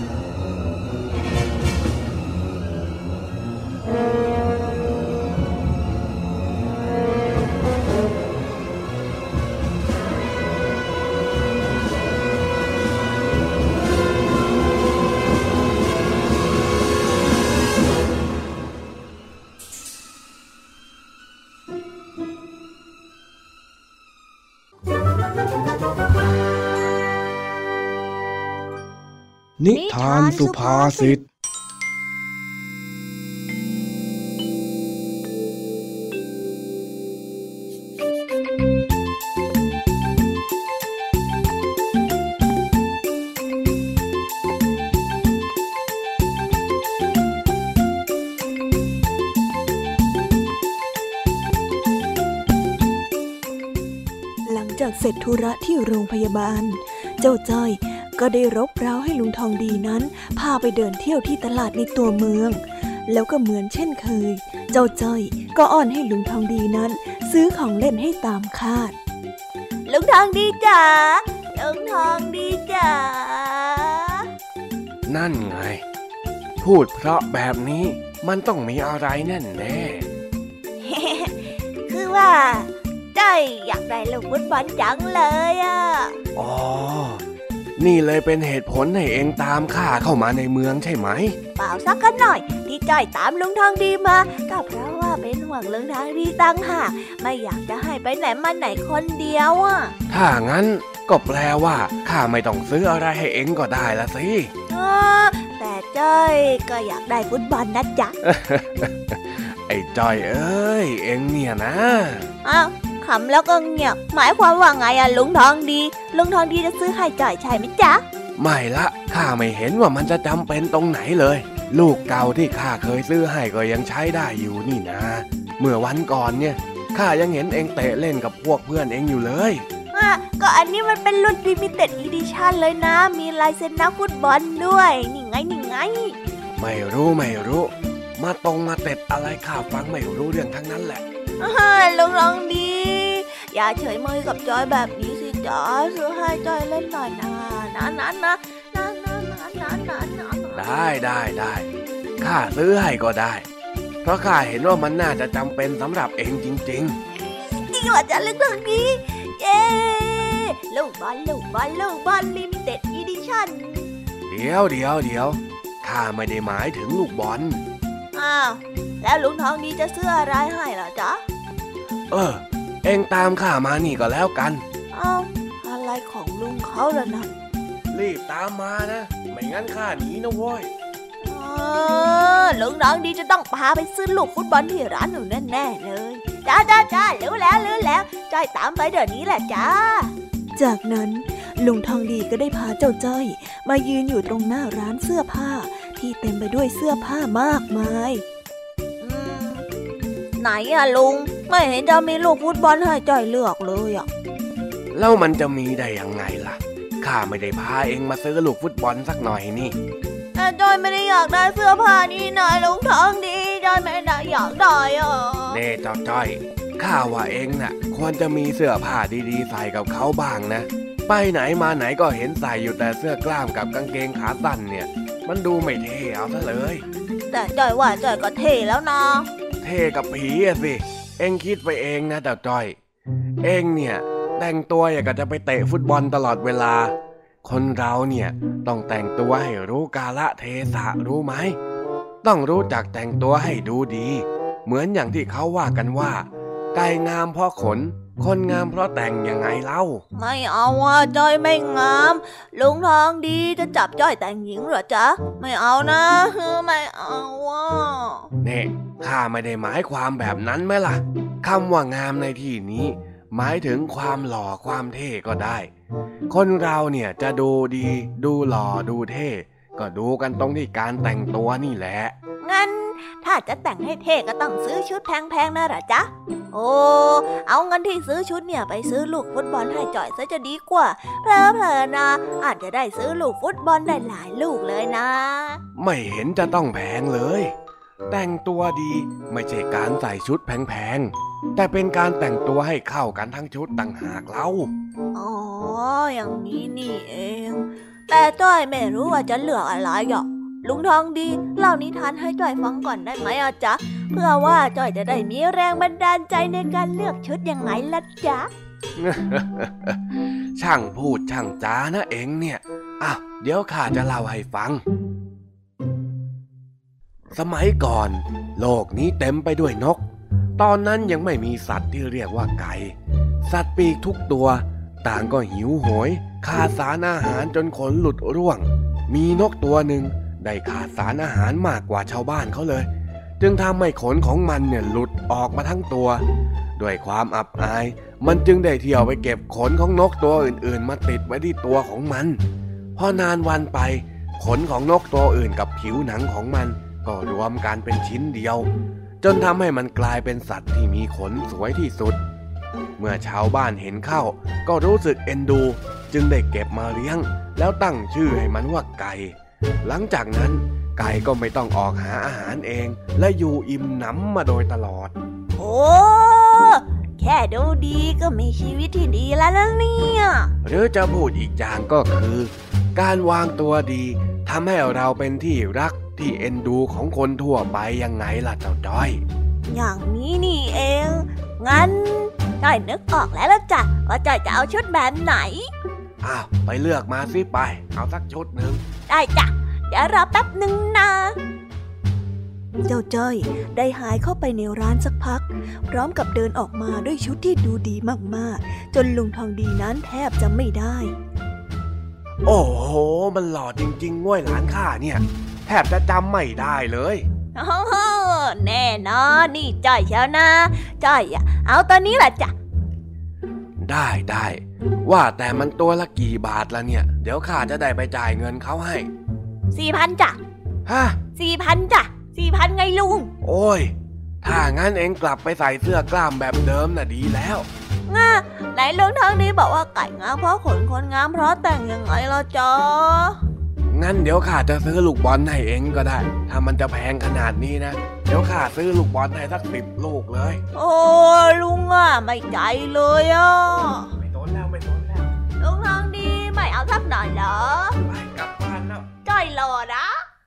นิทานสุภาษิตหลังจากเสร็จธุระที่โรงพยาบาลเจ้าจ้อยก็ได้รบเร้าให้ลุงทองดีนั้นพาไปเดินเที่ยวที่ตลาดในตัวเมืองแล้วก็เหมือนเช่นเคยเจ้าจ้อยก็อ้อนให้ลุงทองดีนั้นซื้อของเล่นให้ตามคาดลุงทองดีจ๋าลุงทองดีจ๋านั่นไงพูดเพราะแบบนี้มันต้องมีอะไรแน่แน่คือว่าจ้อยอยากได้ลูกฟุตบอลจังเลยอ่ะอ๋อนี่เลยเป็นเหตุผลให้เองตามข้าเข้ามาในเมืองใช่ไหมเปล่าสักหน่อยที่จ้อยตามลุงทองดีมาก็เพราะว่าเป็นห่วงลุงทองดีตั้งหากไม่อยากจะให้ไปไหนมาไหนคนเดียวอ่ะถ้างั้นก็แปลว่าข้าไม่ต้องซื้ออะไรให้เองก็ได้ละสิแต่จ้อยก็อยากได้ฟุตบอลนะจ๊ะไอ้จ้อยเอ้ยเองเนี่ยนะอ้าวขำแล้วก็เงียบหมายความว่าไงอะลุงทองดีจะซื้อให้จ่อยใช่ไหมจ๊ะไม่ละข้าไม่เห็นว่ามันจะจำเป็นตรงไหนเลยลูกเก่าที่ข้าเคยซื้อให้ก็ยังใช้ได้อยู่นี่นะเมื่อวันก่อนเนี่ยข้ายังเห็นเองเตะเล่นกับพวกเพื่อนเองอยู่เลยก็อันนี้มันเป็นรุ่น Limited Edition เลยนะมีลายเซ็นนักฟุตบอลด้วยนี่ไงไม่รู้มาตรงมาเต็ดอะไรข้าฟังไม่รู้เรื่องทั้งนั้นแหละลองดีอย่าเฉยเมยกับจอยแบบนี้สิจ๊ะซื้อให้จอยเล่นหน่อยนะได้ข้าซื้อให้ก็ได้เพราะข้าเห็นว่ามันน่าจะจำเป็นสำหรับเองจริงจริงเหรอจ๊ะเรื่องนี้เย้ลูกบอล Limited Edition เดี๋ยวข้าไม่ได้หมายถึงลูกบอลอ้าวแล้วลุงทองดีจะซื้ออะไรให้ล่ะจ๊ะเอ็งตามข้ามานี่ก็แล้วกันอ้าวอะไรของลุงเขาล่ะนะรีบตามมานะไม่งั้นข้าหนีนะโว้ยลุงน้องดีจะต้องพาไปซื้อลูกฟุตบอลที่ร้านหนูแน่ๆเลยจ้ารู้แล้วจ้อยตามไปเดี๋ยวนี้แหละจ้าจากนั้นลุงทองดีก็ได้พาเจ้าจ้อยมายืนอยู่ตรงหน้าร้านเสื้อผ้าที่เต็มไปด้วยเสื้อผ้ามากมายไหนอะลุงไม่เห็นจะมีลูกฟุตบอลให้จ้อยเลือกเลยอะแล้วมันจะมีได้ยังไงล่ะข้าไม่ได้พาเองมาซื้อลูกฟุตบอลสักหน่อยนี่แต่จ้อยไม่ได้อยากได้เสื้อผ้านี่นะลุงทองดีจ้อยไม่ได้อยากได้อะเน่จ้อยข้าว่าเองน่ะควรจะมีเสื้อผ้าดีๆใส่กับเขาบ้างนะไปไหนมาไหนก็เห็นใส่อยู่แต่เสื้อกล้ามกับกางเกงขาสั้นเนี่ยมันดูไม่เท่เอาซะเลยแต่จ้อยว่าจ้อยก็เท่แล้วนะเท่กับผีอะสิเอ็งคิดไปเองนะแต่จ้อยเอ็งเนี่ยแต่งตัวอย่างกับจะไปเตะฟุตบอลตลอดเวลาคนเราเนี่ยต้องแต่งตัวให้รู้กาลเทศะรู้ไหมต้องรู้จักแต่งตัวให้ดูดีเหมือนอย่างที่เขาว่ากันว่าไก่งามเพราะขนคนงามเพราะแต่งยังไงเล่าไม่เอาจ้อยไม่งามลุงทองดีจะจับจ้อยแต่งหญิงเหรอจ๊ะไม่เอานะไม่เอาเนี่ยข้าไม่ได้หมายความแบบนั้นไหมล่ะคำว่างามในที่นี้หมายถึงความหล่อความเท่ก็ได้คนเราเนี่ยจะดูดีดูหล่อดูเท่ก็ดูกันตรงที่การแต่งตัวนี่แหละงั้นถ้าจะแต่งให้เท่ก็ต้องซื้อชุดแพงๆนะเหรอจ๊ะโอ้เอาเงินที่ซื้อชุดเนี่ยไปซื้อลูกฟุตบอลให้จ่อยซะจะดีกว่าเพลอๆนะอาจจะได้ซื้อลูกฟุตบอลได้หลายลูกเลยนะไม่เห็นจะต้องแพงเลยแต่งตัวดีไม่ใช่การใส่ชุดแพงๆแต่เป็นการแต่งตัวให้เข้ากันทั้งชุดต่างหากเล่าอ๋ออย่างนี้นี่เองแต่จ้อยไม่รู้ว่าจะเลือกอะไรหรอกลุงทองดีเล่านิทานให้จ้อยฟังก่อนได้ไหมจ๊ะเพื่อว่าจ้อยจะได้มีแรงบันดาลใจในการเลือกชุดยังไงล่ะจ๊ะช่างพูดช่างจานะเองเนี่ยเดี๋ยวข้าจะเล่าให้ฟังสมัยก่อนโลกนี้เต็มไปด้วยนกตอนนั้นยังไม่มีสัตว์ที่เรียกว่าไก่สัตว์ปีกทุกตัวต่างก็หิวโหยขาดสารอาหารจนขนหลุดร่วงมีนกตัวหนึ่งได้ขาดสารอาหารมากกว่าชาวบ้านเขาเลยจึงทำให้ขนของมันเนี่ยหลุดออกมาทั้งตัวด้วยความอับอายมันจึงได้เที่ยวไปเก็บขนของนกตัวอื่นๆมาติดไว้ที่ตัวของมันพอนานวันไปขนของนกตัวอื่นกับผิวหนังของมันก็รวมกันเป็นชิ้นเดียวจนทำให้มันกลายเป็นสัตว์ที่มีขนสวยที่สุดเมื่อชาวบ้านเห็นเข้าก็รู้สึกเอ็นดูจึงได้เก็บมาเลี้ยงแล้วตั้งชื่อให้มันว่าไก่หลังจากนั้นไก่ก็ไม่ต้องออกหาอาหารเองและอยู่อิ่มหนำมาโดยตลอดโอ้แค่ดูดีก็มีชีวิตที่ดีแล้วนะเนี่ยหรือจะพูดอีกอย่างก็คือการวางตัวดีทำให้เราเป็นที่รักที่เอ็นดูของคนทั่วไปยังไงล่ะเจ้าจ้อยอย่างนี้นี่เองงั้นจ้อยนึกออกแล้วล่ะจ้ะว่าจ้อยจะเอาชุดแบบไหนไปเลือกมาสิไปเอาสักชุดหนึ่งได้จ้ะเดี๋ยวรอแป๊บหนึ่งนะเจ้าจ้อยได้หายเข้าไปในร้านสักพักพร้อมกับเดินออกมาด้วยชุดที่ดูดีมากๆจนลุงทองดีนั้นแทบจะไม่ได้โอ้โหมันหล่อจริงๆง่วยหลานข้าเนี่ยแทบจะจำไม่ได้เลยแน่นอนนี่จ้อยเชียวนะจ้อยเอาตัวนี้แหละจ้ะได้ว่าแต่มันตัวละกี่บาทละเนี่ยเดี๋ยวข้าจะได้ไปจ่ายเงินเขาให้ 4,000 จ้ะฮะ 4,000 จ้ะ 4,000 ไงลุงโอ้ยถ้างั้นเองกลับไปใส่เสื้อกล้ามแบบเดิมน่ะดีแล้วไหนเรื่องทางนี้บอกว่าไก่งามเพราะขนคนงามเพราะแต่งยังไงล่ะจ๊ะงั้นเดี๋ยวข้าจะซื้อลูกบอลให้เองก็ได้ถ้ามันจะแพงขนาดนี้นะเดี๋ยวข้าซื้อลูกบอลให้สัก10 ลูกเลยโอ้ลุงไม่ใจเลยไม่สนแล้วลุงทางดีไม่เอาสักหน่อยเหรอไปกลับบ้านแล้วใจรอนะ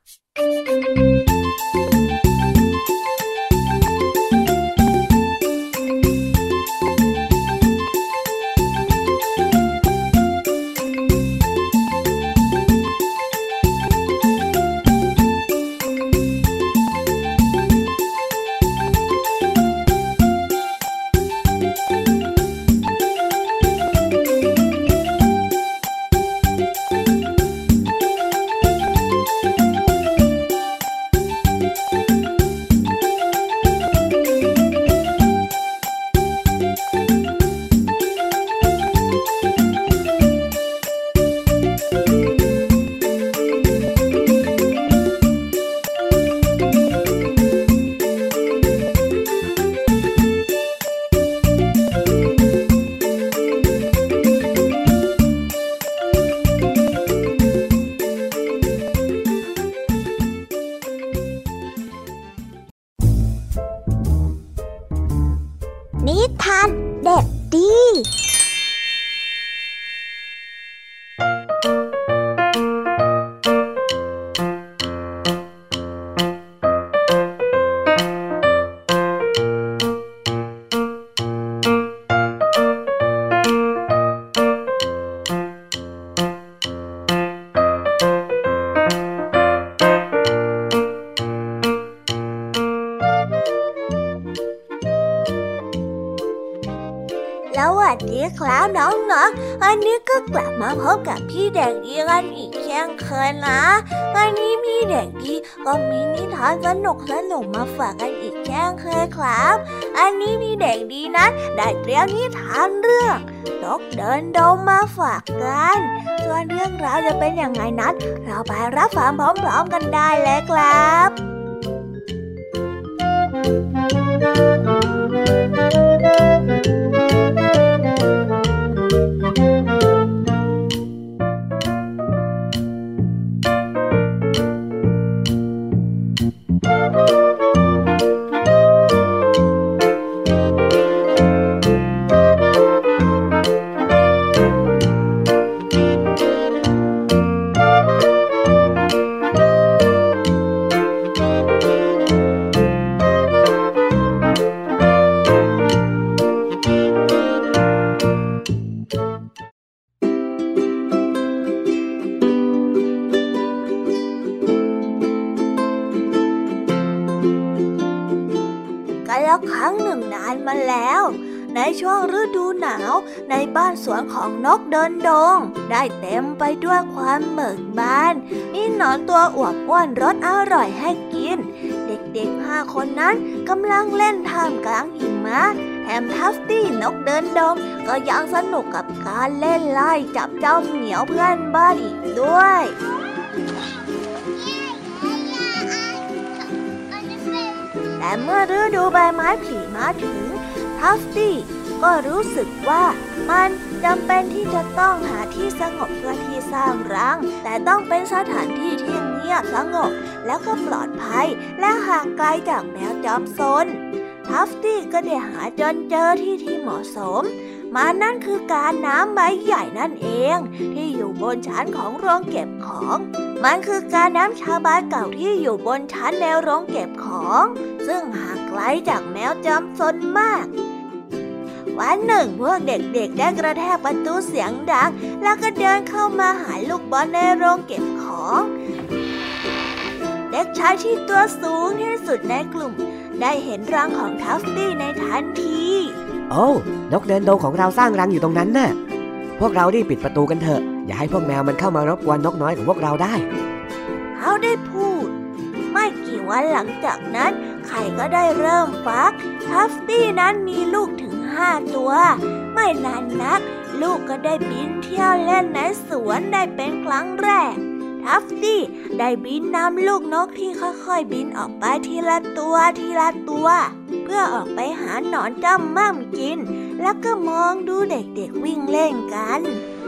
นิทานเด็กดี ครับน้องๆอันนี้ก็กลับมาพบกับพี่เด็กดีกันอีกเช่นเคยนะวันนี้พี่เด็กดีก็มีนิทานสนุกมาฝากกันอีกเช่นเคยครับอันนี้พี่เด็กดีนั้นได้เตรียมนิทานเรื่องนกเดินดงมาฝากกันส่วนเรื่องราวจะเป็นยังไงนั้นเราไปรับฟังพร้อมๆกันได้เลยครับในช่วงฤดูหนาวในบ้านสวนของนกเดินดงได้เต็มไปด้วยความเบิกบานมีหนอนตัวอวบอ้วนรสอร่อยให้กินเด็กๆ5 คนนั้นกำลังเล่นท่ามกลางหิมะแถมทัฟตี้นกเดินดงก็ยังสนุกกับการเล่นไล่จับเจ้าเหมียวเพื่อนบ้านอีกด้วยแต่เมื่อฤดูใบไม้ผลิมาถึงทัฟตี้ก็รู้สึกว่ามันจำเป็นที่จะต้องหาที่สงบเพื่อที่สร้างรังแต่ต้องเป็นสถานที่ที่เงียบสงบแล้วก็ปลอดภัยและห่างไกลจากแมวจอมซนทัฟตี้ก็ได้หาจนเจอที่เหมาะสมมันนั่นคือการน้ำใบใหญ่นั่นเองที่อยู่บนชั้นของโรงเก็บของมันคือการน้ำชาบาเก่าที่อยู่บนชั้นในโรงเก็บของซึ่งห่างไกลจากแมวจอมซนมากวันหนึ่งพวกเด็กๆได้กระแทกประตูเสียงดังแล้วก็เดินเข้ามาหาลูกบอลในโรงเก็บของเด็กชายที่ตัวสูงที่สุดในกลุ่มได้เห็นรังของทัฟตี้ในทันทีโอ้นกเดินดงของเราสร้างรังอยู่ตรงนั้นน่ะพวกเรารีบปิดประตูกันเถอะอย่าให้พวกแมวมันเข้ามารบกวนนกน้อยของพวกเราได้เขาได้พูดไม่กี่วันหลังจากนั้นไข่ก็ได้เริ่มฟักทัฟตี้นั้นมีลูกถึง5 ตัวไม่นานนักลูกก็ได้บินเที่ยวเล่นในสวนได้เป็นครั้งแรกทัฟตี้ได้บินนำลูกนกที่ค่อยๆบินออกไปทีละตัวพื่อออกไปหาหนอนจ้ำม่ำกินแล้วก็มองดูเด็กๆวิ่งเล่นกัน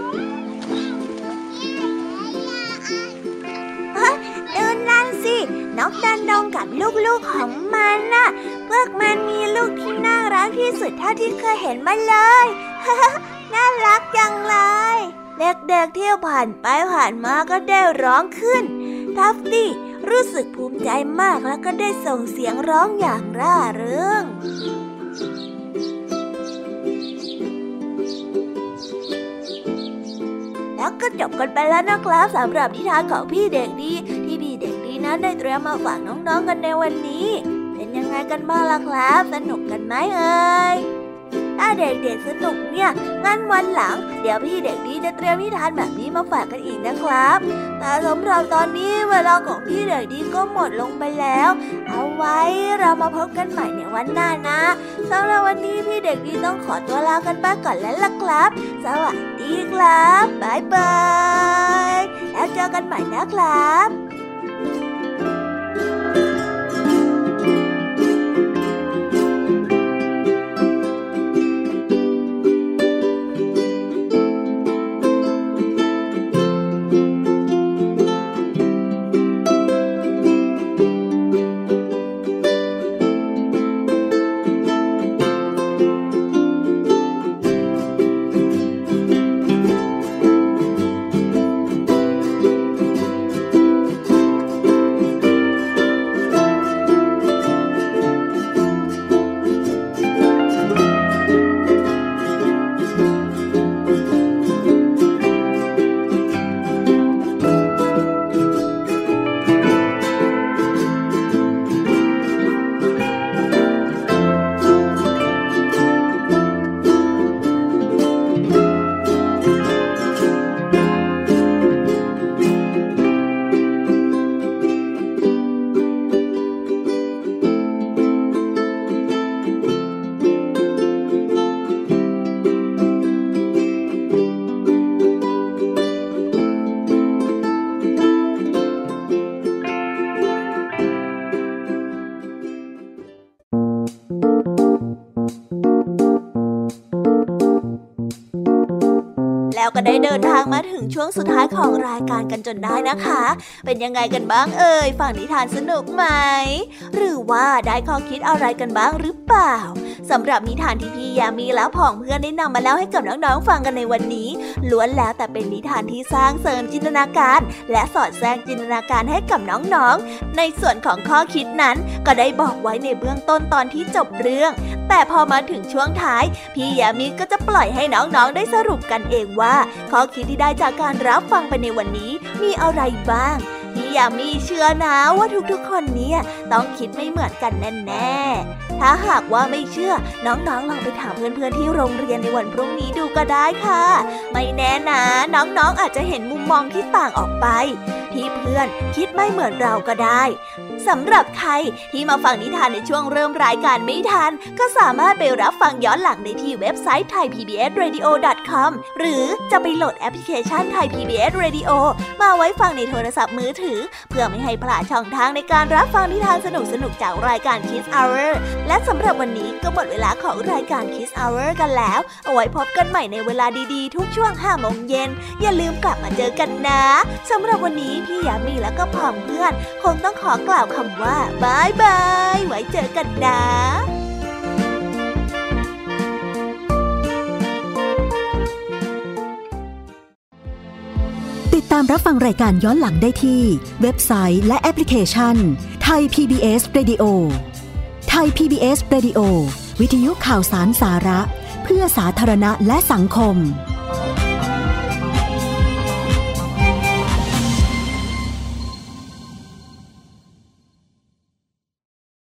ดูนั่นสินกดันดงกับลูกๆของมันน่ะพวกมันมีลูกที่น่ารักที่สุดเท่าที่เคยเห็นมาเลย น่ารักจังเลยเด็กๆเที่ยวผ่านไปผ่านมาก็ได้ร้องขึ้นทัฟตี้รู้สึกภูมิใจมากแล้วก็ได้ส่งเสียงร้องอย่างร่าเริงแล้วก็จบกันไปแล้วนะครับสำหรับนิทานของพี่เด็กดีที่พี่เด็กดีนั้นได้เตรียมมาฝากน้องๆกันในวันนี้เป็นยังไงกันบ้างล่ะครับสนุกกันไหมเอ่ยถ้าเด็กๆสนุกเนี่ยงั้นวันหลังเดี๋ยวพี่เด็กดีจะเตรียมนิทานแบบนี้มาฝากกันอีกนะครับแต่สำหรับตอนนี้เวลาของพี่เด็กดีก็หมดลงไปแล้วเอาไว้เรามาพบกันใหม่ในวันหน้านะสำหรับวันนี้พี่เด็กดีต้องขอตัวลากันไปก่อนแล้วล่ะครับสวัสดีครับบ๊ายบายแล้วเจอกันใหม่นะครับแล้วก็ได้เดินทางมาถึงช่วงสุดท้ายของรายการกันจนได้นะคะเป็นยังไงกันบ้างเอ่ยฟังนิทานสนุกไหมหรือว่าได้ข้อคิดอะไรกันบ้างหรือเปล่าสำหรับนิทานที่พี่ยามีและผองเพื่อนได้นำมาเล่าให้กับน้องๆฟังกันในวันนี้ล้วนแล้วแต่เป็นนิทานที่สร้างเสริมจินตนาการและสอดแทรกจินตนาการให้กับน้องๆในส่วนของข้อคิดนั้นก็ได้บอกไว้ในเบื้องต้นตอนที่จบเรื่องแต่พอมาถึงช่วงท้ายพี่ยามีก็จะปล่อยให้น้องๆได้สรุปกันเองว่าข้อคิดที่ได้จากการรับฟังไปในวันนี้มีอะไรบ้างพี่ยามีเชื่อนะว่าทุกๆคนเนี่ยต้องคิดไม่เหมือนกันแน่ๆถ้าหากว่าไม่เชื่อน้องๆลองไปถามเพื่อนๆที่โรงเรียนในวันพรุ่งนี้ดูก็ได้ค่ะไม่แน่นะน้องๆอาจจะเห็นมุมมองที่ต่างออกไปที่เพื่อนคิดไม่เหมือนเราก็ได้สำหรับใครที่มาฟังนิทานในช่วงเริ่มรายการไม่ทันก็สามารถไปรับฟังย้อนหลังได้ที่เว็บไซต์ thaipbsradio.com หรือจะไปโหลดแอปพลิเคชัน Thai PBS Radio มาไว้ฟังในโทรศัพท์มือถือเพื่อไม่ให้พลาดช่องทางในการรับฟังนิทานสนุกๆจากรายการ Kids Hour และสำหรับวันนี้ก็หมดเวลาของรายการ Kids Hour กันแล้วเอาไว้พบกันใหม่ในเวลาดีๆทุกช่วง 5 โมงเย็นอย่าลืมกลับมาเจอกันนะสำหรับวันนี้พี่ยามีและก็พ่อเพื่อนคงต้องขอกล่าวคำว่าบายบายไว้เจอกันนะติดตามรับฟังรายการย้อนหลังได้ที่เว็บไซต์และแอปพลิเคชัน Thai PBS Radio Thai PBS Radio วิทยุข่าวสารสาระเพื่อสาธารณะและสังคม